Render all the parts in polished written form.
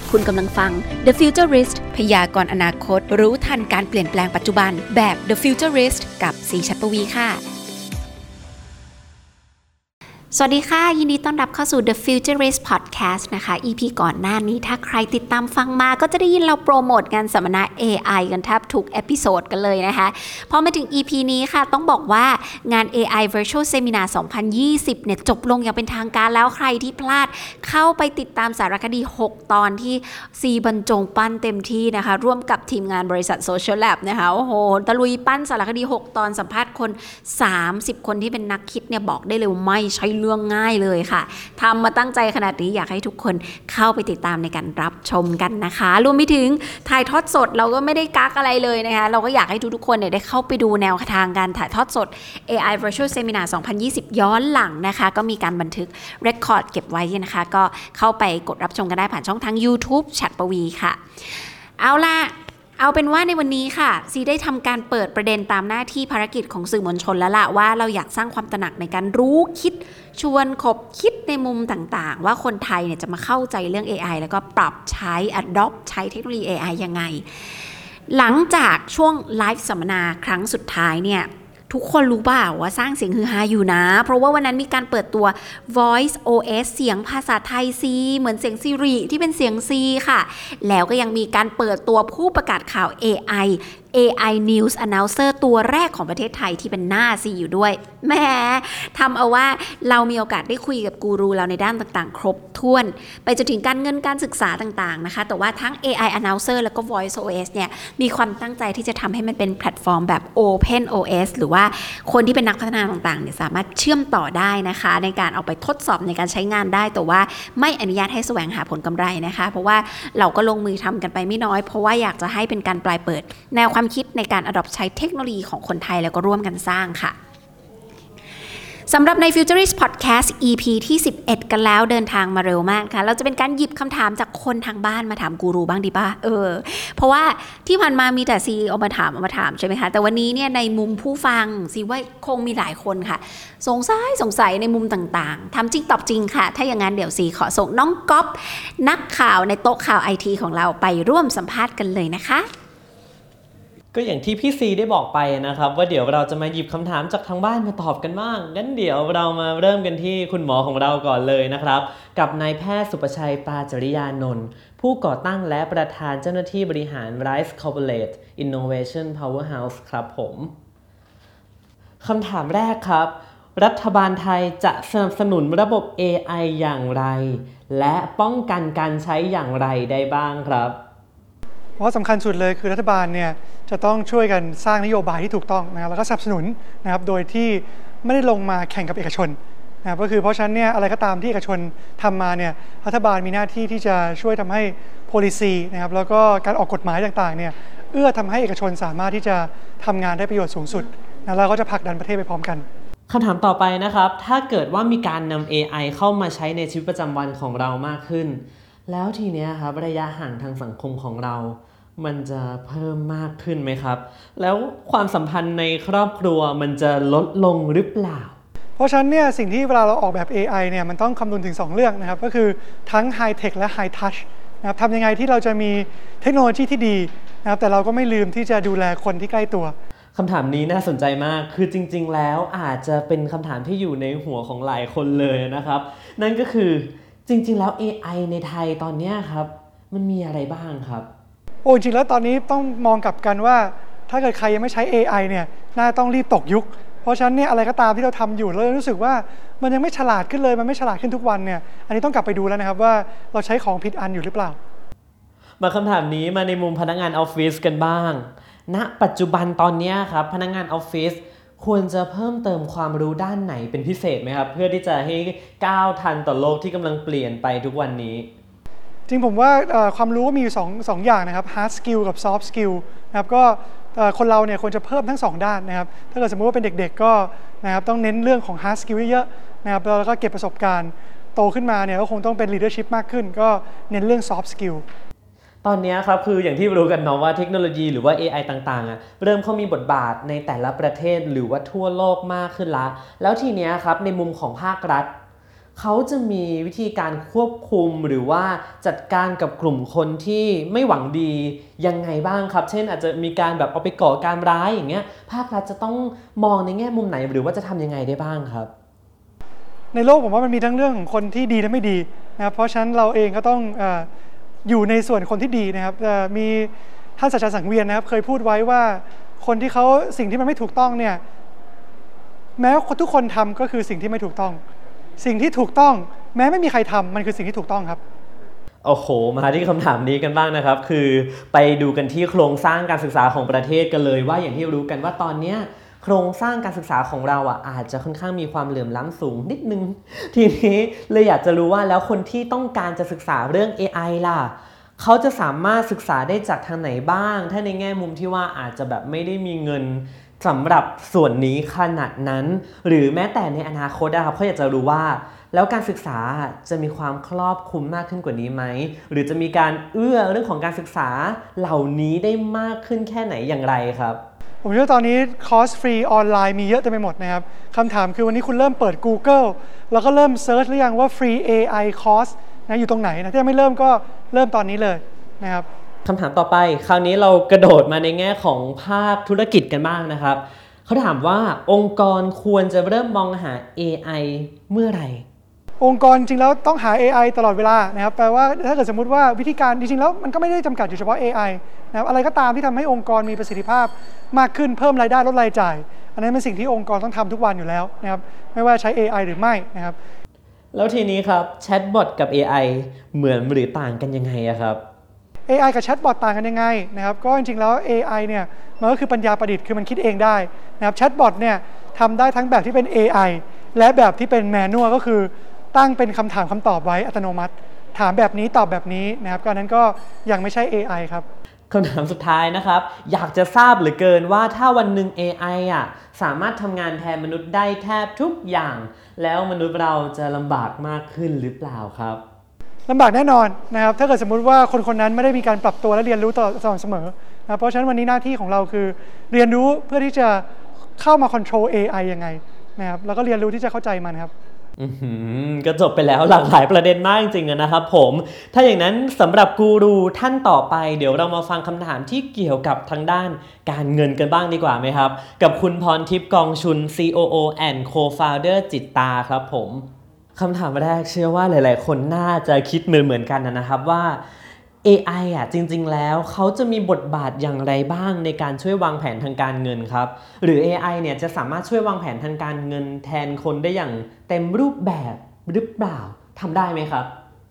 คุณกำลังฟัง The Futurist พยากรณ์อนาคตรู้ทันการเปลี่ยนแปลงปัจจุบันแบบ The Futurist กับศรีชัดปวีค่ะสวัสดีค่ะยินดีต้อนรับเข้าสู่ The Futurist Podcast นะคะ EP ก่อนหน้านี้ถ้าใครติดตามฟังมาก็จะได้ยินเราโปรโมทงานสัมมนา AI กันแทบทุกเอพิโซดกันเลยนะคะพอมาถึง EP นี้ค่ะต้องบอกว่างาน AI Virtual Seminar 2020 เนี่ยจบลงอย่างเป็นทางการแล้วใครที่พลาดเข้าไปติดตามสารคดี 6 ตอนที่ซีบรรจงปั้นเต็มที่นะคะร่วมกับทีมงานบริษัท Social Lab นะคะโอ้โหตะลุยปั้นสารคดี 6 ตอนสัมภาษณ์คน 30 คนที่เป็นนักคิดเนี่ยบอกได้เลยว่าไม่ใช่เรื่องง่ายเลยค่ะทำมาตั้งใจขนาดนี้อยากให้ทุกคนเข้าไปติดตามในการรับชมกันนะคะรวมไปถึงถ่ายทอดสดเราก็ไม่ได้กักอะไรเลยนะคะเราก็อยากให้ทุกๆคนเนี่ยได้เข้าไปดูแนวทางการถ่ายทอดสด AI Virtual Seminar 2020 ย้อนหลังนะคะก็มีการบันทึกเรคคอร์ดเก็บไว้นะคะก็เข้าไปกดรับชมกันได้ผ่านช่องทาง YouTube ชัดปวีค่ะเอาเป็นว่าในวันนี้ค่ะซีได้ทำการเปิดประเด็นตามหน้าที่ภารกิจของสื่อมวลชนแล้วล่ะว่าเราอยากสร้างความตระหนักในการรู้คิดชวนขบคิดในมุมต่างๆว่าคนไทยเนี่ยจะมาเข้าใจเรื่อง AI แล้วก็ปรับใช้ adopt ใช้เทคโนโลยี AI ยังไงหลังจากช่วงไลฟ์สัมมนาครั้งสุดท้ายเนี่ยทุกคนรู้ป่าวว่าสร้างเสียงฮือฮาอยู่นะเพราะว่าวันนั้นมีการเปิดตัว Voice OS เสียงภาษาไทย C เหมือนเสียง Siri ที่เป็นเสียง C ค่ะแล้วก็ยังมีการเปิดตัวผู้ประกาศข่าว AI News Announcer ตัวแรกของประเทศไทยที่เป็นหน้า C อยู่ด้วยแหมทำเอาว่าเรามีโอกาสได้คุยกับกูรูเราในด้านต่างๆครบถ้วนไปจนถึงการเงินการศึกษาต่างๆนะคะแต่ว่าทั้ง AI Announcer แล้วก็ Voice OS เนี่ยมีความตั้งใจที่จะทำให้มันเป็นแพลตฟอร์มแบบ Open OS หรือว่าคนที่เป็นนักพัฒนาต่างๆเนี่ยสามารถเชื่อมต่อได้นะคะในการเอาไปทดสอบในการใช้งานได้แต่ว่าไม่อนุญาตให้แสวงหาผลกำไรนะคะเพราะว่าเราก็ลงมือทำกันไปไม่น้อยเพราะว่าอยากจะให้เป็นการปลายเปิดแนวความคิดในการ adopt ใช้เทคโนโลยีของคนไทยแล้วก็ร่วมกันสร้างค่ะสำหรับใน Futurist Podcast EP ที่ 11 กันแล้วเดินทางมาเร็วมากค่ะเราจะเป็นการหยิบคำถามจากคนทางบ้านมาถามกูรูบ้างดีป่ะเพราะว่าที่ผ่านมามีแต่ CEO มาถามใช่ไหมคะแต่วันนี้เนี่ยในมุมผู้ฟังซีว่าคงมีหลายคนค่ะสงสัยในมุมต่างๆทำจริงตอบจริงค่ะถ้าอย่างนั้นเดี๋ยวซีขอส่งน้องก๊อฟนักข่าวในโต๊ะข่าว IT ของเราไปร่วมสัมภาษณ์กันเลยนะคะก็อย่างที่พี่ซีได้บอกไปนะครับว่าเดี๋ยวเราจะมาหยิบคำถามจากทางบ้านมาตอบกันบ้างงั้นเดี๋ยวเรามาเริ่มกันที่คุณหมอของเราก่อนเลยนะครับกับนายแพทย์สุประชัยปาจริยานนท์ผู้ก่อตั้งและประธานเจ้าหน้าที่บริหาร Rise Corporate Innovation Powerhouse ครับผมคำถามแรกครับรัฐบาลไทยจะสนับสนุนระบบ AI อย่างไรและป้องกันการใช้อย่างไรได้บ้างครับเพราะสำคัญสุดเลยคือรัฐบาลเนี่ยจะต้องช่วยกันสร้างนโยบายที่ถูกต้องนะครับแล้วก็สนับสนุนนะครับโดยที่ไม่ได้ลงมาแข่งกับเอกชนนะครับก็คือเพราะฉะนั้นเนี่ยอะไรก็ตามที่เอกชนทำมาเนี่ยรัฐบาลมีหน้าที่ที่จะช่วยทำให้ policy นะครับแล้วก็การออกกฎหมายต่างๆเนี่ยทำให้เอกชนสามารถที่จะทำงานได้ประโยชน์สูงสุดนะแล้วก็จะผลักดันประเทศไปพร้อมกันคำถามต่อไปนะครับถ้าเกิดว่ามีการนำ AI เข้ามาใช้ในชีวิตประจำวันของเรามากขึ้นแล้วทีนี้ครับระยะห่างทางสังคมของเรามันจะเพิ่มมากขึ้นไหมครับแล้วความสัมพันธ์ในครอบครัวมันจะลดลงหรือเปล่าเพราะฉะนั้นเนี่ยสิ่งที่เวลาเราออกแบบ AI เนี่ยมันต้องคำนึงถึง2เรื่องนะครับก็คือทั้ง High Tech และ High Touch นะครับทำยังไงที่เราจะมีเทคโนโลยีที่ดีนะครับแต่เราก็ไม่ลืมที่จะดูแลคนที่ใกล้ตัวคำถามนี้น่าสนใจมากคือจริงๆแล้วอาจจะเป็นคำถามที่อยู่ในหัวของหลายคนเลยนะครับนั่นก็คือจริงๆแล้ว AI ในไทยตอนนี้ครับมันมีอะไรบ้างครับจริงแล้วตอนนี้ต้องมองกลับกันว่าถ้าเกิดใครยังไม่ใช้ AI เนี่ยน่าต้องรีบตกยุคเพราะฉะนั้นเนี่ยอะไรก็ตามที่เราทำอยู่แล้วรู้สึกว่ามันยังไม่ฉลาดขึ้นเลยมันไม่ฉลาดขึ้นทุกวันเนี่ยอันนี้ต้องกลับไปดูแล้วนะครับว่าเราใช้ของผิดอันอยู่หรือเปล่ามาคำถามนี้มาในมุมพนักงานออฟฟิศกันบ้างณปัจจุบันตอนนี้ครับพนักงานออฟฟิศควรจะเพิ่มเติมความรู้ด้านไหนเป็นพิเศษไหมครับเพื่อที่จะให้ก้าวทันต่อโลกที่กำลังเปลี่ยนไปทุกวันนี้จริงผมว่าความรู้ก็มีอยู่สองอย่างนะครับ hard skill กับ soft skill นะครับก็คนเราเนี่ยควรจะเพิ่มทั้ง2ด้านนะครับถ้าเกิดสมมติว่าเป็นเด็กๆก็นะครับต้องเน้นเรื่องของ hard skill เยอะๆนะครับแล้วก็เก็บประสบการณ์โตขึ้นมาเนี่ยก็คงต้องเป็น leadership มากขึ้นก็เน้นเรื่อง soft skill ตอนนี้ครับคืออย่างที่รู้กันเนาะว่าเทคโนโลยีหรือว่า AI ต่างๆเริ่มเข้ามีบทบาทในแต่ละประเทศหรือว่าทั่วโลกมากขึ้นแล้วทีนี้ครับในมุมของภาครัฐเขาจะมีวิธีการควบคุมหรือว่าจัดการกับกลุ่มคนที่ไม่หวังดียังไงบ้างครับเช่นอาจจะมีการแบบเอาไปก่อการร้ายอย่างเงี้ยภาครัฐจะต้องมองในแง่มุมไหนหรือว่าจะทำยังไงได้บ้างครับในโลกผมว่ามันมีทั้งเรื่องของคนที่ดีและไม่ดีนะครับเพราะฉะนั้นเราเองก็ต้องอยู่ในส่วนคนที่ดีนะครับมีท่านศาสตราจารย์สังเวียนนะครับเคยพูดไว้ว่าคนที่เขาสิ่งที่มันไม่ถูกต้องเนี่ยแม้ทุกคนทำก็คือสิ่งที่ไม่ถูกต้องสิ่งที่ถูกต้องแม้ไม่มีใครทำมันคือสิ่งที่ถูกต้องครับโอ้โหมาที่คำถามนี้กันบ้างนะครับคือไปดูกันที่โครงสร้างการศึกษาของประเทศกันเลยว่าอย่างที่รู้กันว่าตอนนี้โครงสร้างการศึกษาของเราอาจจะค่อนข้างมีความเหลื่อมล้ำสูงนิดนึงทีนี้เลยอยากจะรู้ว่าแล้วคนที่ต้องการจะศึกษาเรื่อง AI ล่ะเขาจะสามารถศึกษาได้จากทางไหนบ้างถ้าในแง่มุมที่ว่าอาจจะแบบไม่ได้มีเงินสำหรับส่วนนี้ขนาดนั้นหรือแม้แต่ในอนาคตนะครับเขาอยากจะรู้ว่าแล้วการศึกษาจะมีความครอบคลุมมากขึ้นกว่านี้ไหมหรือจะมีการเอื้อเรื่องของการศึกษาเหล่านี้ได้มากขึ้นแค่ไหนอย่างไรครับผมเชื่อตอนนี้คอร์สฟรีออนไลน์มีเยอะเต็มไปหมดนะครับคำถามคือวันนี้คุณเริ่มเปิด Google แล้วก็เริ่มเซิร์ชหรือยังว่าฟรี AI คอร์สนะอยู่ตรงไหนนะถ้ายังไม่เริ่มก็เริ่มตอนนี้เลยนะครับคำถามต่อไปคราวนี้เรากระโดดมาในแง่ของภาคธุรกิจกันบ้างนะครับเขาถามว่าองค์กรควรจะเริ่มมองหา AI เมื่อไหร่องค์กรจริงแล้วต้องหา AI ตลอดเวลานะครับแปลว่าถ้าเกิดสมมุติว่าวิธีการจริงๆแล้วมันก็ไม่ได้จำกัดอยู่เฉพาะ AI นะครับอะไรก็ตามที่ทำให้องค์กรมีประสิทธิภาพมากขึ้นเพิ่มรายได้ลดรายจ่ายอันนั้นเป็นสิ่งที่องค์กรต้องทำทุกวันอยู่แล้วนะครับไม่ว่าใช้ AI หรือไม่นะครับแล้วทีนี้ครับแชทบอทกับ AI เหมือนหรือต่างกันยังไงครับ AI กับแชทบอทต่างกันยังไงนะครับก็จริงๆแล้ว AI เนี่ยมันก็คือปัญญาประดิษฐ์คือมันคิดเองได้นะครับแชทบอทเนี่ยทำได้ทั้งแบบที่เป็น AI และแบบที่เป็นแมนนวลก็คือตั้งเป็นคำถามคำตอบไว้อัตโนมัติถามแบบนี้ตอบแบบนี้นะครับก็นั้นก็ยังไม่ใช่ AI ครับคำถามสุดท้ายนะครับอยากจะทราบเหลือเกินว่าถ้าวันหนึ่ง AI สามารถทำงานแทนมนุษย์ได้แทบทุกอย่างแล้วมนุษย์เราจะลำบากมากขึ้นหรือเปล่าครับลำบากแน่นอนนะครับถ้าเกิดสมมุติว่าคนคนนั้นไม่ได้มีการปรับตัวและเรียนรู้ตลอดเสมอนะเพราะฉะนั้นวันนี้หน้าที่ของเราคือเรียนรู้เพื่อที่จะเข้ามา control AI ยังไงนะครับแล้วก็เรียนรู้ที่จะเข้าใจมันครับก็จบไปแล้วหลากหลายประเด็นมากจริงๆนะครับผมถ้าอย่างนั้นสำหรับกูรูท่านต่อไปเดี๋ยวเรามาฟังคำถามที่เกี่ยวกับทางด้านการเงินกันบ้างดีกว่าไหมครับกับคุณพรทิพย์กองชุน COO and Co-founder จิตตาครับผมคำถามแรกเชื่อว่าหลายๆคนน่าจะคิดเหมือนกันนะครับว่า AI จริงๆแล้วเขาจะมีบทบาทอย่างไรบ้างในการช่วยวางแผนทางการเงินครับหรือ AI เนี่ยจะสามารถช่วยวางแผนทางการเงินแทนคนได้อย่างเต็มรูปแบบหรือเปล่าทำได้ไหมครับ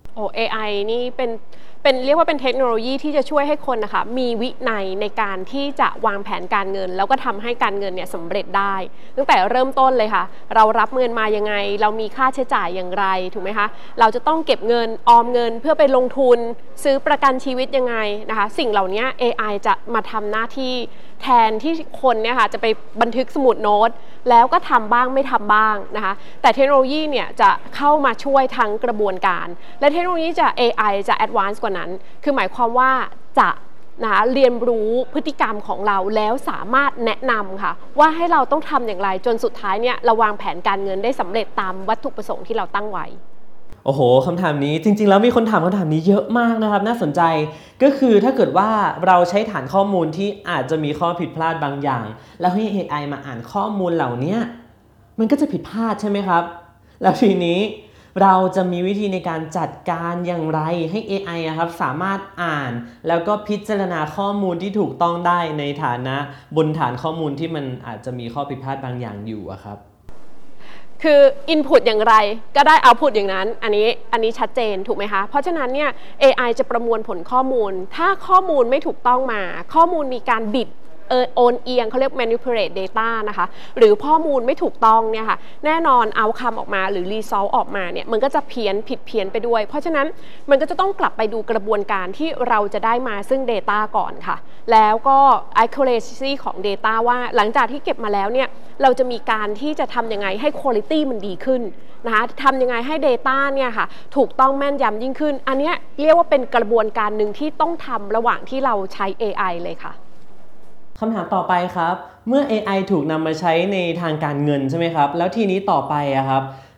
AI นี่เป็นเรียกว่าเป็นเทคโนโลยีที่จะช่วยให้คนนะคะมีวินัยในการที่จะวางแผนการเงินแล้วก็ทำให้การเงินเนี่ยสำเร็จได้ตั้งแต่เริ่มต้นเลยค่ะเรารับเงินมายังไงเรามีค่าใช้จ่ายอย่างไรถูกไหมคะเราจะต้องเก็บเงินออมเงินเพื่อไปลงทุนซื้อประกันชีวิตยังไงนะคะสิ่งเหล่านี้ AI จะมาทำหน้าที่แทนที่คนเนี่ยค่ะจะไปบันทึกสมุดโน้ตแล้วก็ทำบ้างไม่ทำบ้างนะคะแต่เทคโนโลยีเนี่ยจะเข้ามาช่วยทั้งกระบวนการและเทคโนโลยีจะ AI จะ advance กว่านั้นคือหมายความว่าจะเรียนรู้พฤติกรรมของเราแล้วสามารถแนะนำค่ะว่าให้เราต้องทำอย่างไรจนสุดท้ายเนี่ยเราวางแผนการเงินได้สำเร็จตามวัตถุประสงค์ที่เราตั้งไว้โอ้โหคำถามนี้จริงๆแล้วมีคนถามคำถามนี้เยอะมากนะครับน่าสนใจก็คือถ้าเกิดว่าเราใช้ฐานข้อมูลที่อาจจะมีข้อผิดพลาดบางอย่างแล้วให้ AI มาอ่านข้อมูลเหล่านี้มันก็จะผิดพลาดใช่ไหมครับแล้วทีนี้เราจะมีวิธีในการจัดการอย่างไรให้ AI ครับสามารถอ่านแล้วก็พิจารณาข้อมูลที่ถูกต้องได้ในฐานะบนฐานข้อมูลที่มันอาจจะมีข้อผิดพลาดบางอย่างอยู่ครับคือ input อย่างไรก็ได้ output อย่างนั้นอันนี้ชัดเจนถูกไหมคะเพราะฉะนั้นเนี่ย AI จะประมวลผลข้อมูลถ้าข้อมูลไม่ถูกต้องมาข้อมูลมีการบิดโอนเอียงเขาเรียก manipulate data นะคะหรือข้อมูลไม่ถูกต้องเนี่ยค่ะแน่นอน outcome ออกมาหรือ result ออกมาเนี่ยมันก็จะผิดเพี้ยนไปด้วยเพราะฉะนั้นมันก็จะต้องกลับไปดูกระบวนการที่เราจะได้มาซึ่ง data ก่อนค่ะแล้วก็ accuracy ของ data ว่าหลังจากที่เก็บมาแล้วเนี่ยเราจะมีการที่จะทำยังไงให้ quality มันดีขึ้นนะคะทำยังไงให้ data เนี่ยค่ะถูกต้องแม่นยำยิ่งขึ้นอันนี้เรียกว่าเป็นกระบวนการหนึ่งที่ต้องทำระหว่างที่เราใช้ AI เลยค่ะคำถามต่อไปครับเมื่อ AI ถูกนำมาใช้ในทางการเงินใช่ไหมครับแล้วทีนี้ต่อไปครับ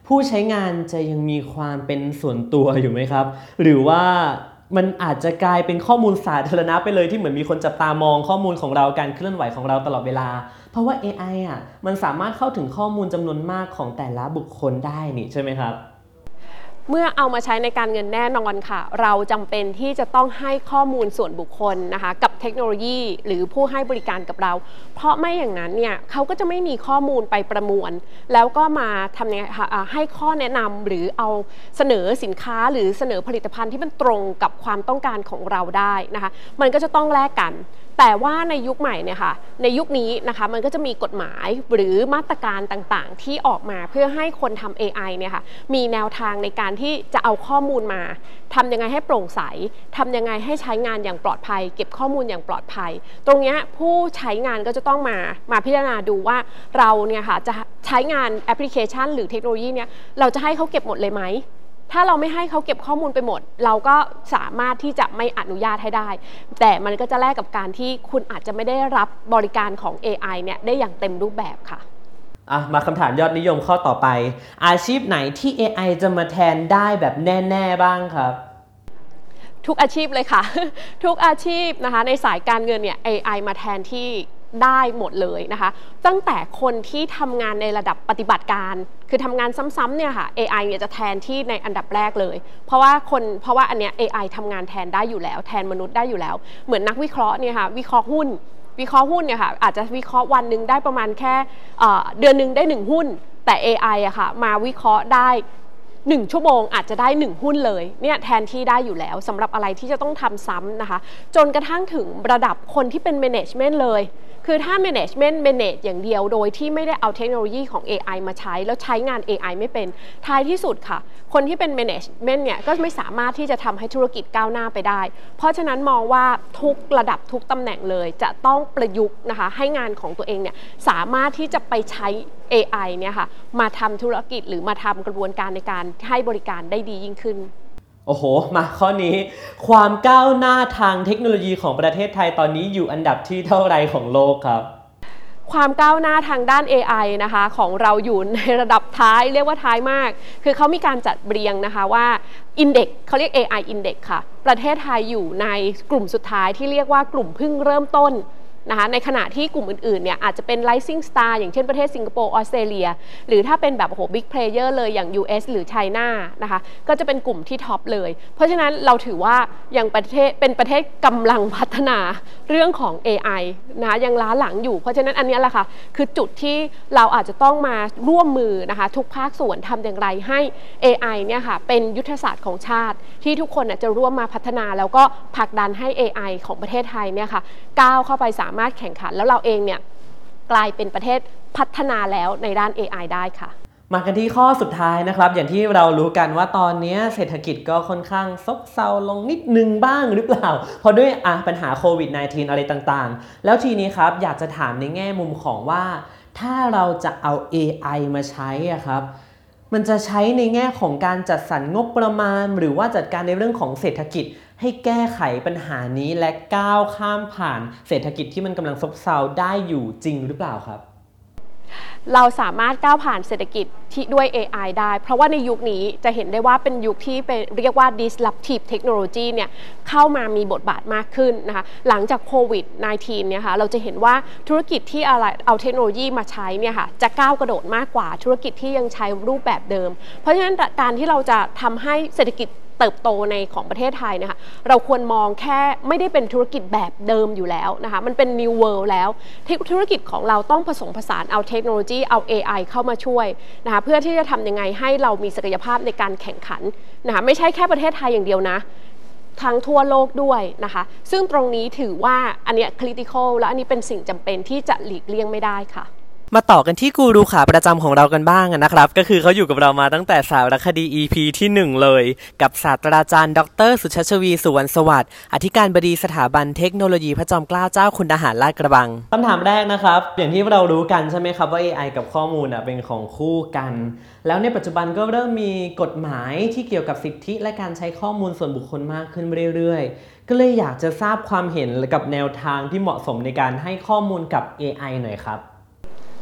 ผู้ใช้งานจะยังมีความเป็นส่วนตัวอยู่ไหมครับหรือว่ามันอาจจะกลายเป็นข้อมูลสาธารณะไปเลยที่เหมือนมีคนจับตามองข้อมูลของเราการเคลื่อนไหวของเราตลอดเวลาเพราะว่า AI มันสามารถเข้าถึงข้อมูลจำนวนมากของแต่ละบุคคลได้นี่ใช่ไหมครับเมื่อเอามาใช้ในการเงินแน่นอนค่ะเราจำเป็นที่จะต้องให้ข้อมูลส่วนบุคคลนะคะกับเทคโนโลยีหรือผู้ให้บริการกับเราเพราะไม่อย่างนั้นเนี่ยเขาก็จะไม่มีข้อมูลไปประมวลแล้วก็มาทำยังไงให้ข้อแนะนำหรือเอาเสนอสินค้าหรือเสนอผลิตภัณฑ์ที่มันตรงกับความต้องการของเราได้นะคะมันก็จะต้องแลกกันแต่ว่าในยุคใหม่เนี่ยค่ะในยุคนี้นะคะมันก็จะมีกฎหมายหรือมาตรการต่างๆที่ออกมาเพื่อให้คนทำ AI เนี่ยค่ะมีแนวทางในการที่จะเอาข้อมูลมาทำยังไงให้โปร่งใสทำยังไงให้ใช้งานอย่างปลอดภัยเก็บข้อมูลอย่างปลอดภัยตรงนี้ผู้ใช้งานก็จะต้องมาพิจารณาดูว่าเราเนี่ยค่ะจะใช้งานแอปพลิเคชันหรือเทคโนโลยีเนี่ยเราจะให้เขาเก็บหมดเลยไหมถ้าเราไม่ให้เขาเก็บข้อมูลไปหมดเราก็สามารถที่จะไม่อนุญาตให้ได้แต่มันก็จะแลกกับการที่คุณอาจจะไม่ได้รับบริการของ AI เนี่ยได้อย่างเต็มรูปแบบค่ะมาคำถามยอดนิยมข้อต่อไปอาชีพไหนที่ AI จะมาแทนได้แบบแน่ๆบ้างครับทุกอาชีพเลยค่ะ ทุกอาชีพนะคะในสายการเงินเนี่ย AI มาแทนที่ได้หมดเลยนะคะตั้งแต่คนที่ทำงานในระดับปฏิบัติการคือทำงานซ้ำๆเนี่ยค่ะ AI เนี่ยจะแทนที่ในอันดับแรกเลยเพราะว่าอันเนี้ย AI ทำงานแทนได้อยู่แล้วแทนมนุษย์ได้อยู่แล้วเหมือนนักวิเคราะห์เนี่ยค่ะวิเคราะห์หุ้นเนี่ยค่ะอาจจะวิเคราะห์วันหนึ่งได้ประมาณแค่เดือนหนึ่งได้1หุ้นแต่ AI อะค่ะมาวิเคราะห์ได้1 ชั่วโมงอาจจะได้1หุ้นเลยเนี่ยแทนที่ได้อยู่แล้วสำหรับอะไรที่จะต้องทำซ้ำนะคะจนกระทั่งถึงระดับคนที่เป็น management เลยคือถ้า management manage อย่างเดียวโดยที่ไม่ได้เอาเทคโนโลยีของ AI มาใช้แล้วใช้งาน AI ไม่เป็นท้ายที่สุดค่ะคนที่เป็น management เนี่ยก็ไม่สามารถที่จะทำให้ธุรกิจก้าวหน้าไปได้เพราะฉะนั้นมองว่าทุกระดับทุกตำแหน่งเลยจะต้องประยุกต์นะคะให้งานของตัวเองเนี่ยสามารถที่จะไปใช้ AI เนี่ยค่ะมาทำธุรกิจหรือมาทำกระบวนการในการให้บริการได้ดียิ่งขึ้นโอ้โหมาข้อนี้ความก้าวหน้าทางเทคโนโลยีของประเทศไทยตอนนี้อยู่อันดับที่เท่าไรของโลกครับความก้าวหน้าทางด้าน AI นะคะของเราอยู่ในระดับท้ายเรียกว่าท้ายมากคือเขามีการจัดเรียงนะคะว่า Index เขาเรียก AI Index ค่ะประเทศไทยอยู่ในกลุ่มสุดท้ายที่เรียกว่ากลุ่มเพิ่งเริ่มต้นนะคะในขณะที่กลุ่มอื่นๆเนี่ยอาจจะเป็น Rising Star อย่างเช่นประเทศสิงคโปร์ออสเตรเลียหรือถ้าเป็นแบบBig Player เลยอย่าง US หรือ China นะคะก็จะเป็นกลุ่มที่ท็อปเลยเพราะฉะนั้นเราถือว่ายังเป็นประเทศกำลังพัฒนาเรื่องของ AI นะคะยังล้าหลังอยู่เพราะฉะนั้นอันนี้แหละค่ะคือจุดที่เราอาจจะต้องมาร่วมมือนะคะทุกภาคส่วนทำอย่างไรให้ AI เนี่ยค่ะเป็นยุทธศาสตร์ของชาติที่ทุกคนจะร่วมมาพัฒนาแล้วก็ผลักดันให้ AI ของประเทศไทยเนี่ยค่ะก้าวเข้าไปสามารถแข่งขันแล้วเราเองเนี่ยกลายเป็นประเทศพัฒนาแล้วในด้าน AI ได้ค่ะมากันที่ข้อสุดท้ายนะครับอย่างที่เรารู้กันว่าตอนนี้เศรษฐกิจก็ค่อนข้างซบเซาลงนิดนึงบ้างหรือเปล่าเพราะด้วยปัญหาโควิด -19 อะไรต่างๆแล้วทีนี้ครับอยากจะถามในแง่มุมของว่าถ้าเราจะเอา AI มาใช้ครับมันจะใช้ในแง่ของการจัดสรรงบประมาณหรือว่าจัดการในเรื่องของเศรษฐกิจให้แก้ไขปัญหานี้และก้าวข้ามผ่านเศรษฐกิจที่มันกำลังซบเซาได้อยู่จริงหรือเปล่าครับเราสามารถก้าวผ่านเศรษฐกิจที่ด้วย AI ได้เพราะว่าในยุคนี้จะเห็นได้ว่าเป็นยุคที่เรียกว่า disruptive technology เนี่ยเข้ามามีบทบาทมากขึ้นนะคะหลังจากโควิด -19 เนี่ยค่ะเราจะเห็นว่าธุรกิจที่เอาเทคโนโลยีมาใช้เนี่ยค่ะจะก้าวกระโดดมากกว่าธุรกิจที่ยังใช้รูปแบบเดิมเพราะฉะนั้นการที่เราจะทำให้เศรษฐกิจเติบโตในของประเทศไทยนะคะเราควรมองแค่ไม่ได้เป็นธุรกิจแบบเดิมอยู่แล้วนะคะมันเป็น new world แล้วธุรกิจของเราต้องผสมผสานเอาเทคโนโลยีเอา AI เข้ามาช่วยนะคะเพื่อที่จะทำยังไงให้เรามีศักยภาพในการแข่งขันนะคะไม่ใช่แค่ประเทศไทยอย่างเดียวนะทั้งทั่วโลกด้วยนะคะซึ่งตรงนี้ถือว่าอันนี้ critical และอันนี้เป็นสิ่งจำเป็นที่จะหลีกเลี่ยงไม่ได้ค่ะมาต่อกันที่กูรูขาประจำของเรากันบ้างนะครับก็คือเขาอยู่กับเรามาตั้งแต่สารคดี EP ที่1เลยกับศาสตราจารย์ดร.สุชัชวีสุวรรณสวัสดิ์อธิการบดีสถาบันเทคโนโลยีพระจอมเกล้าเจ้าคุณทหารลาดกระบังคำถามแรกนะครับอย่างที่เรารู้กันใช่ไหมครับว่า AI กับข้อมูลเป็นของคู่กันแล้วในปัจจุบันก็เริ่มมีกฎหมายที่เกี่ยวกับสิทธิและการใช้ข้อมูลส่วนบุคคลมากขึ้นเรื่อยๆก็เลยอยากจะทราบความเห็นกับแนวทางที่เหมาะสมในการให้ข้อมูลกับ AI หน่อยครับ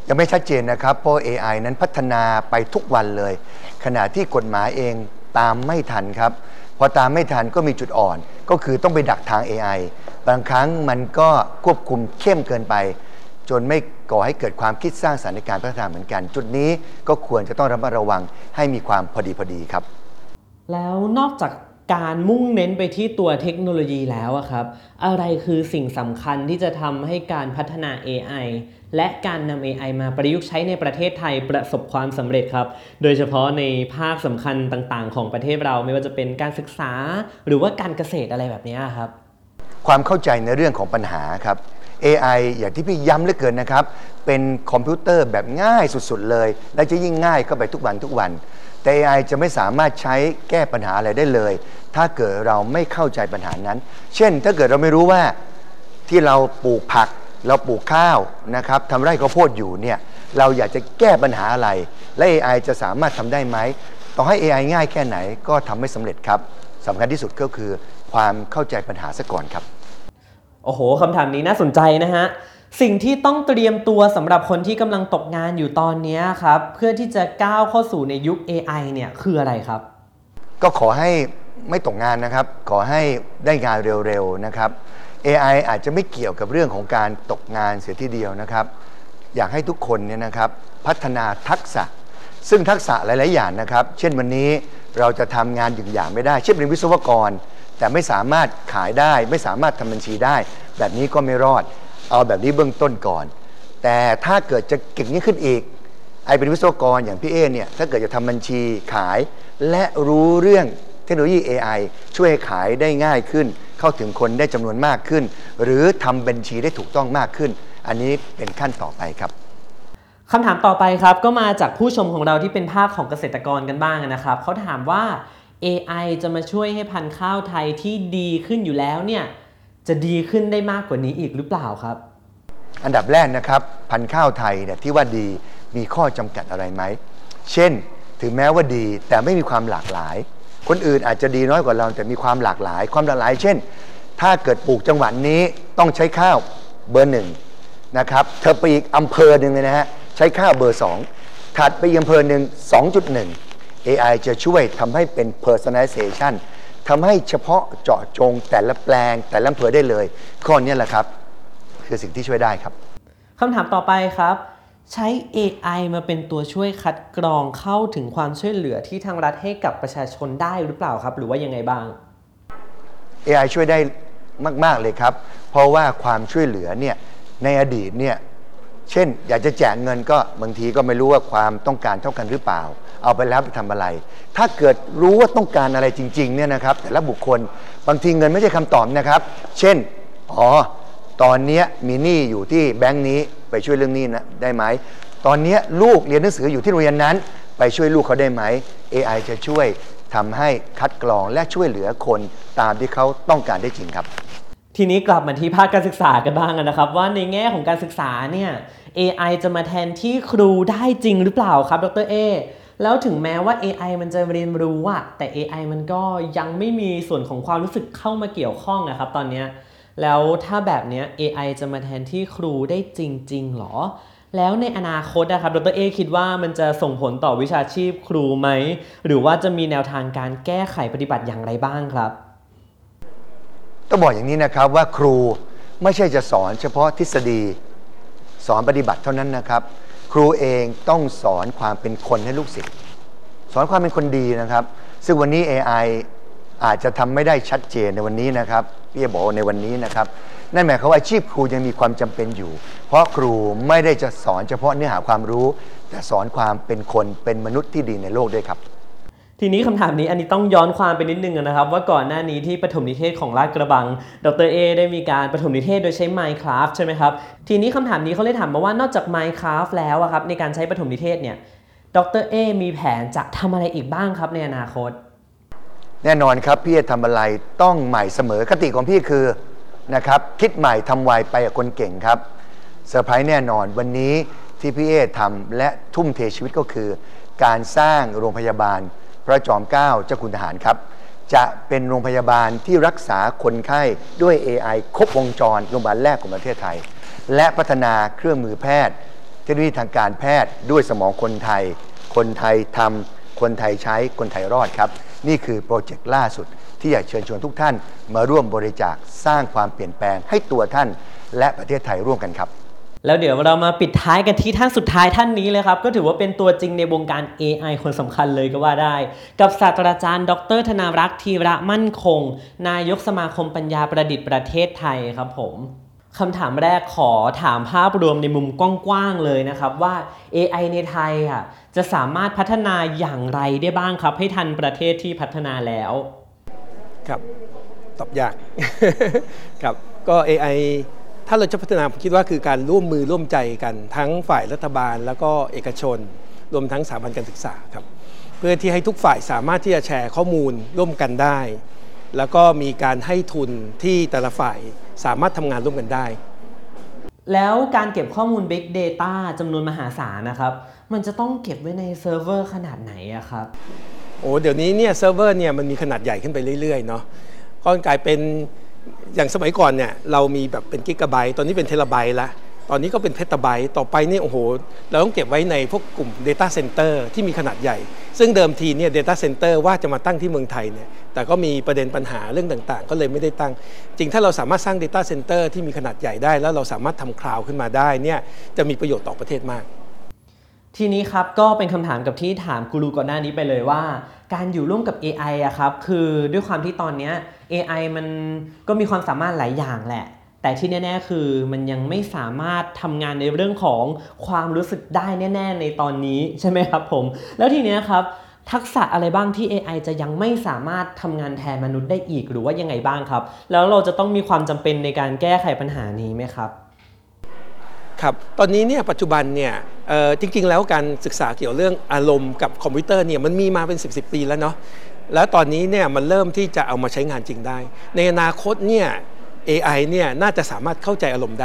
ยังไม่ชัดเจนนะครับเพราะ AI นั้นพัฒนาไปทุกวันเลยขณะที่กฎหมายเองตามไม่ทันครับพอตามไม่ทันก็มีจุดอ่อนก็คือต้องไปดักทาง AI บางครั้งมันก็ควบคุมเข้มเกินไปจนไม่ก่อให้เกิดความคิดสร้างสรรค์ในการพัฒนาเหมือนกันจุดนี้ก็ควรจะต้องระมัดระวังให้มีความพอดีครับแล้วนอกจากการมุ่งเน้นไปที่ตัวเทคโนโลยีแล้วอะครับอะไรคือสิ่งสำคัญที่จะทำให้การพัฒนา AI และการนำ AI มาประยุกต์ใช้ในประเทศไทยประสบความสำเร็จครับโดยเฉพาะในภาคสำคัญต่างๆของประเทศเราไม่ว่าจะเป็นการศึกษาหรือว่าการเกษตรอะไรแบบนี้ครับความเข้าใจในเรื่องของปัญหาครับ AI อย่างที่พี่ย้ำเหลือเกินนะครับเป็นคอมพิวเตอร์แบบง่ายสุดๆเลยและจะยิ่งง่ายเข้าไปทุกวันแต่ AI จะไม่สามารถใช้แก้ปัญหาอะไรได้เลยถ้าเกิดเราไม่เข้าใจปัญหานั้นเช่นถ้าเกิดเราไม่รู้ว่าที่เราปลูกผักเราปลูกข้าวนะครับทำไร่ข้าวโพดอยู่เนี่ยเราอยากจะแก้ปัญหาอะไรและ AI จะสามารถทำได้ไหมต่อให้ AI ง่ายแค่ไหนก็ทำไม่สำเร็จครับสำคัญที่สุดก็คือความเข้าใจปัญหาซะก่อนครับโอ้โหคำถามนี้น่าสนใจนะฮะสิ่งที่ต้องเตรียมตัวสำหรับคนที่กำลังตกงานอยู่ตอนนี้ครับเพื่อที่จะก้าวเข้าสู่ในยุค AI เนี่ยคืออะไรครับก็ขอให้ไม่ตกงานนะครับขอให้ได้งานเร็วๆนะครับ AI อาจจะไม่เกี่ยวกับเรื่องของการตกงานเสียทีเดียวนะครับอยากให้ทุกคนเนี่ยนะครับพัฒนาทักษะซึ่งทักษะหลายๆอย่างนะครับเช่นวันนี้เราจะทำงานอย่างไม่ได้เช่นเป็นวิศวกรแต่ไม่สามารถขายได้ไม่สามารถทำบัญชีได้แบบนี้ก็ไม่รอดเอาแบบนี้เบื้องต้นก่อนแต่ถ้าเกิดจะเก่งยิ่งขึ้นอีกเป็นวิศวกรอย่างพี่เนี่ยถ้าเกิดจะทำบัญชีขายและรู้เรื่องเทคโนโลยี AI ช่วยให้ขายได้ง่ายขึ้นเข้าถึงคนได้จำนวนมากขึ้นหรือทำบัญชีได้ถูกต้องมากขึ้นอันนี้เป็นขั้นต่อไปครับคำถามต่อไปครับก็มาจากผู้ชมของเราที่เป็นภาคของเกษตรกรกันบ้างนะครับเขาถามว่า AI จะมาช่วยให้พันธุ์ข้าวไทยที่ดีขึ้นอยู่แล้วเนี่ยจะดีขึ้นได้มากกว่านี้อีกหรือเปล่าครับอันดับแรกนะครับพันธุ์ข้าวไทยเนี่ยที่ว่าดีมีข้อจำกัดอะไรไหมเช่นถึงแม้ว่าดีแต่ไม่มีความหลากหลายคนอื่นอาจจะดีน้อยกว่าเราแต่มีความหลากหลายเช่นถ้าเกิดปลูกจังหวัดนี้ต้องใช้ข้าวเบอร์1นะครับเธอไปอีกอำเภอหนึ่งเลยนะฮะใช้ข้าวเบอร์2ถัดไปอีกอำเภอหนึ่ง 2.1 AI จะช่วยทำให้เป็น personalization ทำให้เฉพาะเจาะจงแต่ละแปลงแต่ละอำเภอได้เลยข้อนี้แหละครับคือสิ่งที่ช่วยได้ครับคำถามต่อไปครับใช้ AI มาเป็นตัวช่วยคัดกรองเข้าถึงความช่วยเหลือที่ทางรัฐให้กับประชาชนได้หรือเปล่าครับหรือว่ายังไงบ้าง AI ช่วยได้มากๆเลยครับเพราะว่าความช่วยเหลือเนี่ยในอดีตเนี่ยเช่นอยากจะแจกเงินก็บางทีก็ไม่รู้ว่าความต้องการเท่ากันหรือเปล่าเอาไปแล้วไปทำอะไรถ้าเกิดรู้ว่าต้องการอะไรจริงๆเนี่ยนะครับแต่ละบุคคลบางทีเงินไม่ใช่คำตอบนะครับเช่นตอนนี้มีหนี้อยู่ที่แบงก์นี้ไปช่วยเรื่องหนี้นะได้ไหมตอนนี้ลูกเรียนหนังสืออยู่ที่โรงเรียนนั้นไปช่วยลูกเขาได้ไหม AI จะช่วยทำให้คัดกรองและช่วยเหลือคนตามที่เขาต้องการได้จริงครับทีนี้กลับมาที่ภาคการศึกษากันบ้างนะครับว่าในแง่ของการศึกษาเนี่ย AI จะมาแทนที่ครูได้จริงหรือเปล่าครับดร.เอแล้วถึงแม้ว่า AI มันจะเรียนรู้แต่ AI มันก็ยังไม่มีส่วนของความรู้สึกเข้ามาเกี่ยวข้องนะครับตอนนี้แล้วถ้าแบบนี้ AI จะมาแทนที่ครูได้จริงๆหรอแล้วในอนาคตนะครับดร.เอคิดว่ามันจะส่งผลต่อวิชาชีพครูไหมหรือว่าจะมีแนวทางการแก้ไขปฏิบัติอย่างไรบ้างครับต้องบอกอย่างนี้นะครับว่าครูไม่ใช่จะสอนเฉพาะทฤษฎีสอนปฏิบัติเท่านั้นนะครับครูเองต้องสอนความเป็นคนให้ลูกศิษย์สอนความเป็นคนดีนะครับซึ่งวันนี้ AI อาจจะทำไม่ได้ชัดเจนในวันนี้นะครับพี่บอกในวันนี้นะครับนั่นหมายความว่าอาชีพครูยังมีความจำเป็นอยู่เพราะครูไม่ได้จะสอนเฉพาะเนื้อหาความรู้แต่สอนความเป็นคนเป็นมนุษย์ที่ดีในโลกด้วยครับทีนี้คำถามนี้อันนี้ต้องย้อนความไปนิดนึงนะครับว่าก่อนหน้านี้ที่ประถมนิเทศของลาดกระบังดร.เอได้มีการประถมนิเทศโดยใช้ Minecraft ใช่ไหมครับทีนี้คำถามนี้เขาเลยถามมาว่านอกจาก Minecraft แล้วครับในการใช้ประถมนิเทศเนี่ยดร.เอมีแผนจะทำอะไรอีกบ้างครับในอนาคตแน่นอนครับพี่จะทำอะไรต้องใหม่เสมอคติของพี่คือนะครับคิดใหม่ทำไวไปกับคนเก่งครับเซอร์ไพรส์แน่นอนวันนี้ที่พี่ทำและทุ่มเทชีวิตก็คือการสร้างโรงพยาบาลพระจอมเกล้าเจ้าคุณทหารครับจะเป็นโรงพยาบาลที่รักษาคนไข้ด้วย AI ครบวงจรโรงพยาบาลแรกของประเทศไทยและพัฒนาเครื่องมือแพทย์ทคโนโลยีทางการแพทย์ด้วยสมองคนไทยคนไทยทำคนไทยใช้คนไทยรอดครับนี่คือโปรเจกต์ล่าสุดที่อยากเชิญชวนทุกท่านมาร่วมบริจาคสร้างความเปลี่ยนแปลงให้ตัวท่านและประเทศไทยร่วมกันครับแล้วเดี๋ยวเรามาปิดท้ายกันที่ท่านสุดท้ายท่านนี้เลยครับก็ถือว่าเป็นตัวจริงในวงการ AI คนสำคัญเลยก็ว่าได้กับศาสตราจารย์ดร.ธนารักษ์ธีระมั่นคงนายกสมาคมปัญญาประดิษฐ์ประเทศไทยครับผมคำถามแรกขอถามภาพรวมในมุมกว้างๆเลยนะครับว่า AI ในไทยจะสามารถพัฒนาอย่างไรได้บ้างครับให้ทันประเทศที่พัฒนาแล้วครับตอบยาก ครับก็ AI ถ้าเราจะพัฒนาผมคิดว่าคือการร่วมมือร่วมใจกันทั้งฝ่ายรัฐบาลแล้วก็เอกชนรวมทั้งสถาบันการศึกษาครับเพื่อที่ให้ทุกฝ่ายสามารถที่จะแชร์ข้อมูลร่วมกันได้แล้วก็มีการให้ทุนที่แต่ละฝ่ายสามารถทำงานร่วมกันได้แล้วการเก็บข้อมูล Big Data จำนวนมหาศาลนะครับมันจะต้องเก็บไว้ในเซิร์ฟเวอร์ขนาดไหนครับเดี๋ยวนี้เนี่ยเซิร์ฟเวอร์เนี่ยมันมีขนาดใหญ่ขึ้นไปเรื่อยๆเนาะก็กลายเป็นอย่างสมัยก่อนเนี่ยเรามีแบบเป็นกิกะไบต์ตอนนี้เป็นเทราไบต์ละตอนนี้ก็เป็นเพตาไบต์ต่อไปนี่เราต้องเก็บไว้ในพวกกลุ่ม Data Center ที่มีขนาดใหญ่ซึ่งเดิมทีเนี่ย Data Center ว่าจะมาตั้งที่เมืองไทยเนี่ยแต่ก็มีประเด็นปัญหาเรื่องต่างๆก็เลยไม่ได้ตั้งจริงถ้าเราสามารถสร้าง Data Center ที่มีขนาดใหญ่ได้แล้วเราสามารถทำคลาวด์ขึ้นมาได้เนี่ยจะมีประโยชน์ต่อประเทศมากทีนี้ครับก็เป็นคำถามกับที่ถามกูรูก่อนหน้านี้ไปเลยว่าการอยู่ร่วมกับ AI ครับคือด้วยความที่ตอนนี้ AI มันก็มีความสามารถหลายอย่างแหละแต่ที่แน่ๆคือมันยังไม่สามารถทำงานในเรื่องของความรู้สึกได้แน่ๆในตอนนี้ใช่ไหมครับผมแล้วทีนี้ครับทักษะอะไรบ้างที่ AI จะยังไม่สามารถทำงานแทนมนุษย์ได้อีกหรือว่ายังไงบ้างครับแล้วเราจะต้องมีความจำเป็นในการแก้ไขปัญหานี้ไหมครับครับตอนนี้เนี่ยปัจจุบันเนี่ยจริงๆแล้วการศึกษาเกี่ยวเรื่องอารมณ์กับคอมพิวเตอร์เนี่ยมันมีมาเป็น10 ปีแล้วเนาะแล้วตอนนี้เนี่ยมันเริ่มที่จะเอามาใช้งานจริงได้ในอนาคตเนี่ย AI เนี่ยน่าจะสามารถเข้าใจอารมณ์ได้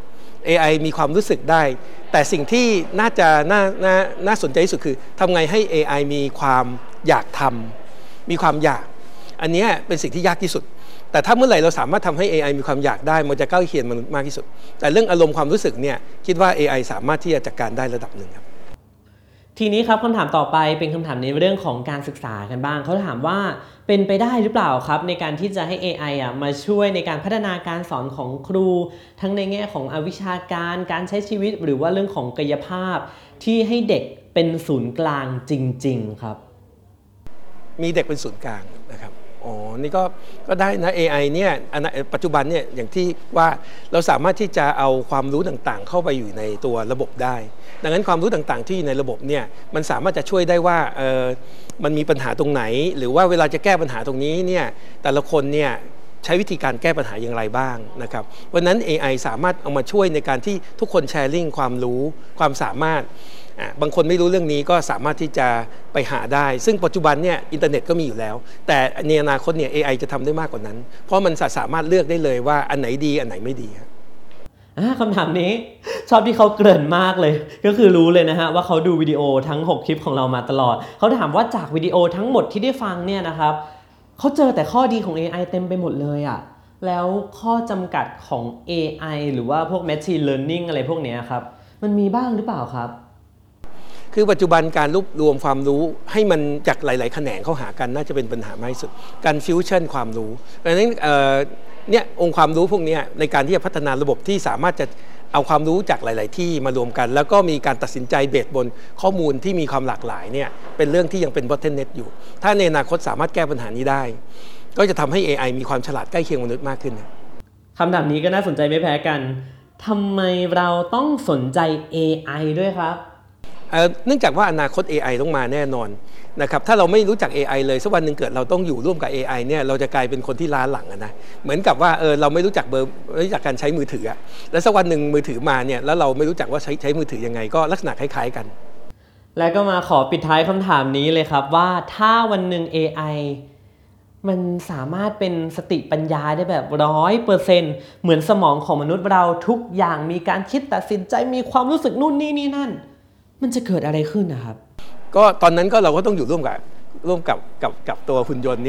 AI มีความรู้สึกได้แต่สิ่งที่น่าสนใจที่สุดคือทำไงให้ AI มีความอยากทำมีความอยากอันนี้เป็นสิ่งที่ยากที่สุดแต่ถ้าเมื่อไหร่เราสามารถทำให้ AI มีความอยากได้มันจะใกล้เคียงมนุษย์มากที่สุดแต่เรื่องอารมณ์ความรู้สึกเนี่ยคิดว่า AI สามารถที่จะจัดการได้ระดับหนึ่งครับทีนี้ครับคำถามต่อไปเป็นคำถามในเรื่องของการศึกษากันบ้างเขาถามว่าเป็นไปได้หรือเปล่าครับในการที่จะให้ AI มาช่วยในการพัฒนาการสอนของครูทั้งในแง่ของวิชาการใช้ชีวิตหรือว่าเรื่องของกายภาพที่ให้เด็กเป็นศูนย์กลางจริงๆครับมีเด็กเป็นศูนย์กลางนะครับนี่ก็ได้นะ AI เนี่ยปัจจุบันเนี่ยอย่างที่ว่าเราสามารถที่จะเอาความรู้ต่างๆเข้าไปอยู่ในตัวระบบได้ดังนั้นความรู้ต่างๆที่อยู่ในระบบเนี่ยมันสามารถจะช่วยได้ว่ามันมีปัญหาตรงไหนหรือว่าเวลาจะแก้ปัญหาตรงนี้เนี่ยแต่ละคนเนี่ยใช้วิธีการแก้ปัญหาอย่างไรบ้างนะครับวันนั้น AI สามารถเอามาช่วยในการที่ทุกคนแชร์ลิงก์ความรู้ความสามารถบางคนไม่รู้เรื่องนี้ก็สามารถที่จะไปหาได้ซึ่งปัจจุบันเนี่ยอินเทอร์เน็ตก็มีอยู่แล้วแต่ในอนาคตเนี่ย AI จะทำได้มากกว่านั้นเพราะมันสามารถเลือกได้เลยว่าอันไหนดีอันไหนไม่ดีครับคำถามนี้ชอบที่เขาเกริ่นมากเลยก็คือรู้เลยนะฮะว่าเขาดูวิดีโอทั้ง6คลิปของเรามาตลอดเขาถามว่าจากวิดีโอทั้งหมดที่ได้ฟังเนี่ยนะครับเขาเจอแต่ข้อดีของ AI เต็มไปหมดเลยแล้วข้อจำกัดของ AI หรือว่าพวก Machine Learning อะไรพวกนี้ครับมันมีบ้างหรือเปล่าครับคือปัจจุบันการรวมความรู้ให้มันจากหลายๆแขนงเข้าหากันน่าจะเป็นปัญหามากที่สุดการฟิวชั่นความรู้ดังนั้นเนี่ยองค์ความรู้พวกนี้ในการที่จะพัฒนาระบบที่สามารถจะเอาความรู้จากหลายๆที่มารวมกันแล้วก็มีการตัดสินใจเบสบนข้อมูลที่มีความหลากหลายเนี่ยเป็นเรื่องที่ยังเป็น bottleneck อยู่ถ้าในอนาคตสามารถแก้ปัญหานี้ได้ก็จะทำให้ AI มีความฉลาดใกล้เคียงมนุษย์มากขึ้นคำถามนี้ก็น่าสนใจไม่แพ้กันทำไมเราต้องสนใจ AI ด้วยครับเนื่องจากว่าอนาคต AI ต้องมาแน่นอนนะครับถ้าเราไม่รู้จัก AI เลยสักวันหนึ่งเกิดเราต้องอยู่ร่วมกับ AI เนี่ยเราจะกลายเป็นคนที่ล้าหลังนะเหมือนกับว่าเราไม่รู้จักการใช้มือถือแล้วสักวันหนึ่งมือถือมาเนี่ยแล้วเราไม่รู้จักว่าใช้มือถือยังไงก็ลักษณะคล้ายๆกันและก็มาขอปิดท้ายคำถามนี้เลยครับว่าถ้าวันหนึ่ง AI มันสามารถเป็นสติปัญญาได้แบบ 100% เหมือนสมองของมนุษย์เราทุกอย่างมีการคิดตัดสินใจมีความรู้สึกนู่นนี่นั่นมันจะเกิดอะไรขึ้นนะครับก็ตอนนั้นก็เราก็ต้องอยู่ร่วมกับตัวหุ่นยนต์นี่แหละ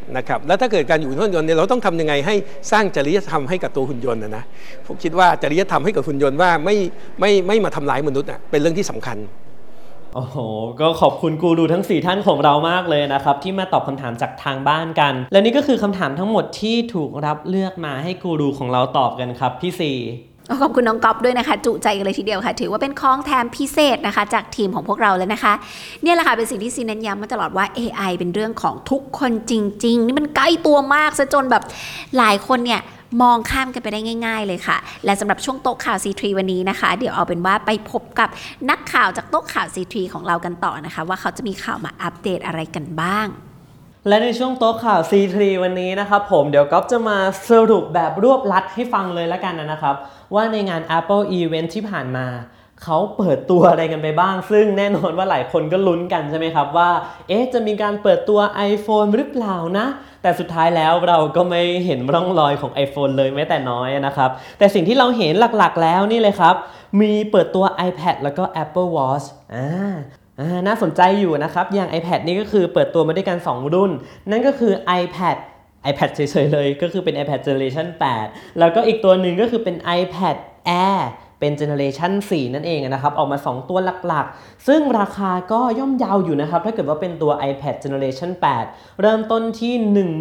นะครับแล้วถ้าเกิดการอยู่หุ่นยนต์เนี่ยเราต้องทำยังไงให้สร้างจริยธรรมให้กับตัวหุ่นยนต์นะผมคิดว่าจริยธรรมให้กับหุ่นยนต์ว่าไม่มาทำร้ายมนุษย์เป็นเรื่องที่สำคัญโอ้โหก็ขอบคุณกูรูทั้ง4ท่านของเรามากเลยนะครับที่มาตอบคำถามจากทางบ้านกันและนี่ก็คือคำถามทั้งหมดที่ถูกรับเลือกมาให้กูรูของเราตอบกันครับพี่ซีขอบคุณน้องก๊อฟด้วยนะคะจุใจกันเลยทีเดียวค่ะถือว่าเป็นของแถมพิเศษนะคะจากทีมของพวกเราเลยนะคะเนี่ยแหละค่ะเป็นสิ่งที่ซีเน้นย้ำมาตลอดว่า AI เป็นเรื่องของทุกคนจริงๆนี่มันใกล้ตัวมากซะจนแบบหลายคนเนี่ยมองข้ามกันไปได้ง่ายๆเลยค่ะและสำหรับช่วงโต๊ะข่าว C3 วันนี้นะคะเดี๋ยวเอาเป็นว่าไปพบกับนักข่าวจากโต๊ะข่าว C3 ของเรากันต่อนะคะว่าเขาจะมีข่าวมาอัปเดตอะไรกันบ้างและในช่วงโต๊ะข่าว C3 วันนี้นะครับผมเดี๋ยวก๊อฟจะมาสรุปแบบรวบลัดให้ฟังเลยละกันนะครับว่าในงาน Apple Event ที่ผ่านมาเขาเปิดตัวอะไรกันไปบ้างซึ่งแน่นอนว่าหลายคนก็ลุ้นกันใช่ไหมครับว่าจะมีการเปิดตัว iPhone หรือเปล่านะแต่สุดท้ายแล้วเราก็ไม่เห็นร่องรอยของ iPhone เลยแม้แต่น้อยนะครับแต่สิ่งที่เราเห็นหลักๆแล้วนี่เลยครับมีเปิดตัว iPad แล้วก็ Apple Watchน่าสนใจอยู่นะครับอย่าง iPad นี่ก็คือเปิดตัวมาด้วยกัน2รุ่นนั่นก็คือ iPad เฉยๆเลยก็คือเป็น iPad Generation 8แล้วก็อีกตัวหนึ่งก็คือเป็น iPad Air เป็น Generation 4 นั่นเองนะครับออกมา2ตัวหลักๆซึ่งราคาก็ย่อมเยาอยู่นะครับถ้าเกิดว่าเป็นตัว iPad Generation 8 เริ่มต้นที่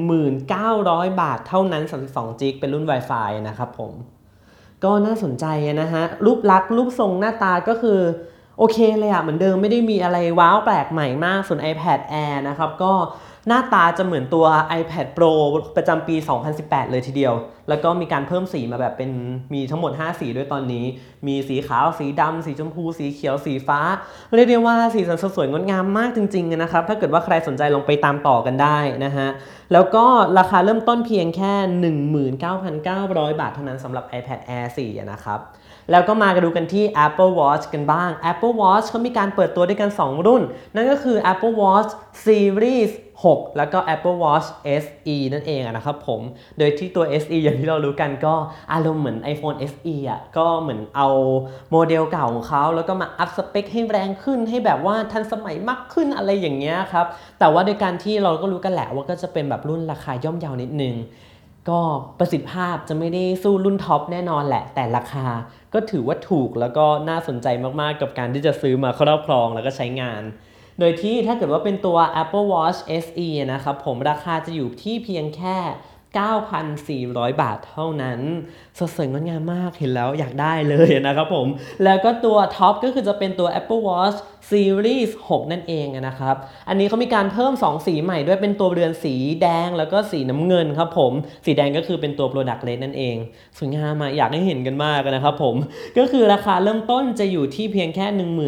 1,900 บาทเท่านั้น32 GB เป็นรุ่น Wi-Fi นะครับผมก็น่าสนใจนะฮะรูปลักษณ์รูปทรงหน้าตาก็คือโอเคเลยเหมือนเดิมไม่ได้มีอะไรว้าวแปลกใหม่มากส่วน iPad Air นะครับก็หน้าตาจะเหมือนตัว iPad Pro ประจำปี 2018 เลยทีเดียวแล้วก็มีการเพิ่มสีมาแบบเป็นมีทั้งหมด5สีด้วยตอนนี้มีสีขาวสีดำสีชมพูสีเขียวสีฟ้าเรียกได้ว่าสีสันสวยงดงามมากจริงๆนะครับถ้าเกิดว่าใครสนใจลองไปตามต่อกันได้นะฮะแล้วก็ราคาเริ่มต้นเพียงแค่ 19,900 บาทเท่านั้นสำหรับ iPad Air 4 นะครับแล้วก็มาดูกันที่ Apple Watch กันบ้าง Apple Watch เขามีการเปิดตัวด้วยกัน2รุ่นนั่นก็คือ Apple Watch Series 6 แล้วก็ Apple Watch SE นั่นเองนะครับผมโดยที่ตัว SE อย่างที่เรารู้กันก็อารมณ์เหมือน iPhone SE ก็เหมือนเอาโมเดลเก่าของเขาแล้วก็มาอัพสเปคให้แรงขึ้นให้แบบว่าทันสมัยมากขึ้นอะไรอย่างเงี้ยครับแต่ว่าโดยการที่เราก็รู้กันแหละว่าก็จะเป็นแบบรุ่นราคาย่อมเยานิดนึงก็ประสิทธิภาพจะไม่ได้สู้รุ่นท็อปแน่นอนแหละแต่ราคาก็ถือว่าถูกแล้วก็น่าสนใจมากๆกับการที่จะซื้อมาครอบครองแล้วก็ใช้งานโดยที่ถ้าเกิดว่าเป็นตัว Apple Watch SE นะครับผมราคาจะอยู่ที่เพียงแค่ 9,400 บาทเท่านั้นสดสวยงดงามมากเห็นแล้วอยากได้เลยนะครับผมแล้วก็ตัวท็อปก็คือจะเป็นตัว Apple Watch Series 6 นั่นเองนะครับอันนี้เขามีการเพิ่ม2สีใหม่ด้วยเป็นตัวเรือนสีแดงแล้วก็สีน้ำเงินครับผมสีแดงก็คือเป็นตัว Product Red นั่นเองสวยงามอยากให้เห็นกันมากนะครับผมก็คือราคาเริ่มต้นจะอยู่ที่เพียงแค่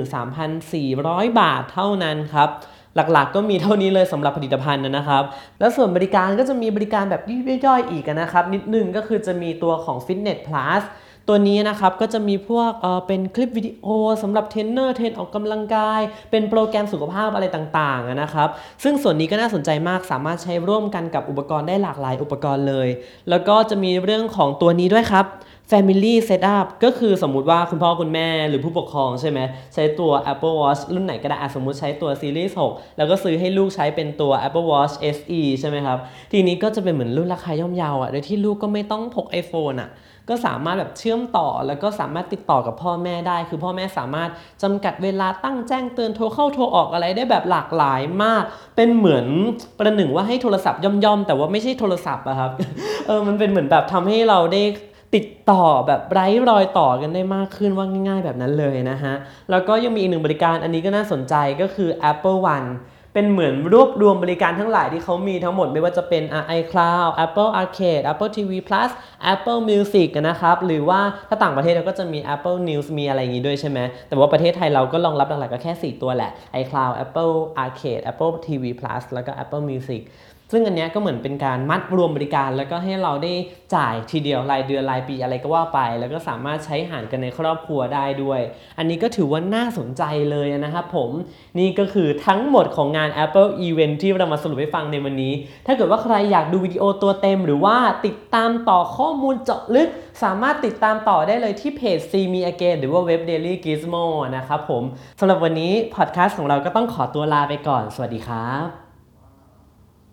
13,400 บาทเท่านั้นครับหลักๆก็มีเท่านี้เลยสำหรับผลิตภัณฑ์นะครับแล้วส่วนบริการก็จะมีบริการแบบย่อยๆอีกนะครับนิดนึงก็คือจะมีตัวของ Fitness Plus ตัวนี้นะครับก็จะมีพวกเป็นคลิปวิดีโอสำหรับเทรนเนอร์เทรนออกกำลังกายเป็นโปรแกรมสุขภาพอะไรต่างๆนะครับซึ่งส่วนนี้ก็น่าสนใจมากสามารถใช้ร่วมกันกับอุปกรณ์ได้หลากหลายอุปกรณ์เลยแล้วก็จะมีเรื่องของตัวนี้ด้วยครับFamily Setup ก็คือสมมุติว่าคุณพ่อคุณแม่หรือผู้ปกครองใช่ไหมใช้ตัว Apple Watch รุ่นไหนก็ได้สมมุติใช้ตัว Series 6 แล้วก็ซื้อให้ลูกใช้เป็นตัว Apple Watch SE ใช่ไหมครับทีนี้ก็จะเป็นเหมือนรุ่นราคาย่อมเยาโดยที่ลูกก็ไม่ต้องพก iPhone ก็สามารถแบบเชื่อมต่อแล้วก็สามารถติดต่อกับพ่อแม่ได้คือพ่อแม่สามารถจำกัดเวลาตั้งแจ้งเตือนโทรเข้าโทรออกอะไรได้แบบหลากหลายมากเป็นเหมือนประหนึ่งว่าให้โทรศัพท์ย่อมๆแต่ว่าไม่ใช่โทรศัพท์ครับ มันเป็นเหมือนแบบทำให้เราได้ติดต่อแบบไร้รอยต่อกันได้มากขึ้นว่าง่ายๆแบบนั้นเลยนะฮะแล้วก็ยังมีอีกหนึ่งบริการอันนี้ก็น่าสนใจก็คือ Apple One เป็นเหมือนรวบรวมบริการทั้งหลายที่เขามีทั้งหมดไม่ว่าจะเป็น iCloud Apple Arcade Apple TV Plus Apple Music นะครับหรือว่าถ้าต่างประเทศเราก็จะมี Apple News มีอะไรอย่างนี้ด้วยใช่ไหมแต่ว่าประเทศไทยเราก็รองรับหลักๆก็แค่4ตัวแหละ iCloud Apple Arcade Apple TV Plus แล้วก็ Apple Musicซึ่งอันนี้ก็เหมือนเป็นการมัดรวมบริการแล้วก็ให้เราได้จ่ายทีเดียวรายเดือนรายปีอะไรก็ว่าไปแล้วก็สามารถใช้หารกันในครอบครัวได้ด้วยอันนี้ก็ถือว่าน่าสนใจเลยนะครับผมนี่ก็คือทั้งหมดของงาน Apple Event ที่เรามาสรุปให้ฟังในวันนี้ถ้าเกิดว่าใครอยากดูวิดีโอตัวเต็มหรือว่าติดตามต่อข้อมูลเจาะลึกสามารถติดตามต่อได้เลยที่เพจ See Me Again หรือว่าเว็บ Daily Gizmo นะครับผมสำหรับวันนี้พอดแคสต์ของเราก็ต้องขอตัวลาไปก่อนสวัสดีครับ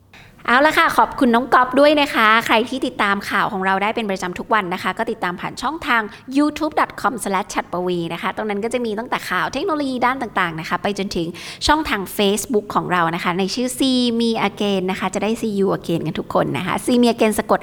เอาละค่ะขอบคุณน้องก๊อฟด้วยนะคะใครที่ติดตามข่าวของเราได้เป็นประจำทุกวันนะคะก็ติดตามผ่านช่องทาง youtube.com/chatpavi นะคะตรงนั้นก็จะมีตั้งแต่ข่าวเทคโนโลยีด้านต่างๆนะคะไปจนถึงช่องทาง Facebook ของเรานะคะในชื่อ See Me Again นะคะจะได้ See You Again กันทุกคนนะคะ See Me Again สะกด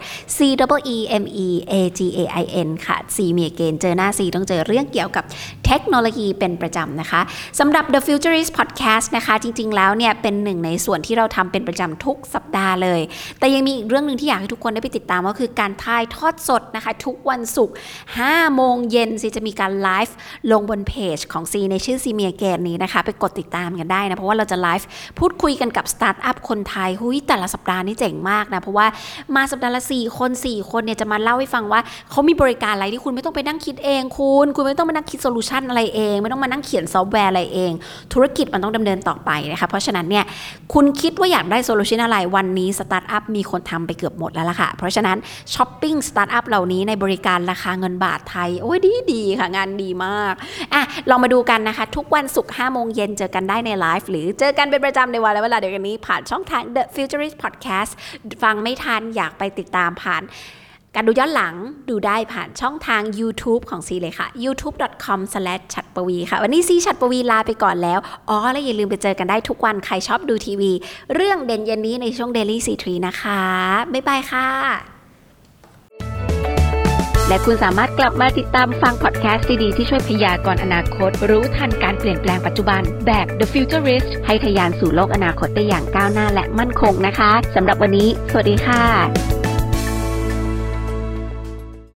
CEEMEAGAIN ค่ะ See Me Again เจอหน้า C ต้องเจอเรื่องเกี่ยวกับเทคโนโลยีเป็นประจำนะคะสำหรับ The Futurist Podcast นะคะจริงๆแล้วเนี่ยเป็นหนึ่งในส่วนที่เราทำเป็นประจำทุกสัปดาห์เลยแต่ยังมีอีกเรื่องนึงที่อยากให้ทุกคนได้ไปติดตามก็คือการถ่ายทอดสดนะคะทุกวันศุกร์ 5 โมงเย็นซีจะมีการไลฟ์ลงบนเพจของซีในชื่อซีเมียเกนนี้นะคะไปกดติดตามกันได้นะเพราะว่าเราจะไลฟ์พูดคุยกันกับสตาร์ทอัพคนไทยแต่ละสัปดาห์นี่เจ๋งมากนะเพราะว่ามาสัปดาห์ละ4 คนเนี่ยจะมาเล่าให้ฟังว่าเขามีบริการอะไรที่คุณไม่ต้องไปนั่งคิดเองคุณไม่ต้องมานั่งคิดโซลูชันอะไรเองไม่ต้องมานั่งเขียนซอฟต์แวร์อะไรเองธุรกิจมันต้องดำเนินต่อไปนะคะเพราะฉะนั้นเนี่ยคุณคิดว่าอยากได้โซลูชันอะไรวันนี้สตาร์ทอัพมีคนทำไปเกือบหมดแล้วล่ะค่ะเพราะฉะนั้นช้อปปิ้งสตาร์ทอัพเหล่านี้ในบริการราคาเงินบาทไทยดีค่ะงานดีมากลองมาดูกันนะคะทุกวันศุกร์ 5 โมงเย็นเจอกันได้ในไลฟ์หรือเจอกันเป็นประจำในวันและเวลาเดียวกันนี้ผ่านช่องทาง The Futurist Podcast ฟังไม่ทันอยากไปติดตามผ่านการดูย้อนหลังดูได้ผ่านช่องทาง YouTube ของซีเลยค่ะ youtube.com/chatpavi ค่ะวันนี้ซีชัดปวีลาไปก่อนแล้วและอย่าลืมไปเจอกันได้ทุกวันใครชอบดูทีวีเรื่องเด่นเย็นนี้ในช่วง Daily C3 นะคะบ๊ายบายค่ะและคุณสามารถกลับมาติดตามฟังพอดแคสต์ดีๆที่ช่วยพยากรณ์อนาคตรู้ทันการเปลี่ยนแปลงปัจจุบันแบบ The Futurist ให้ทะยานสู่โลกอนาคตได้อย่างก้าวหน้าและมั่นคงนะคะสำหรับวันนี้สวัสดีค่ะ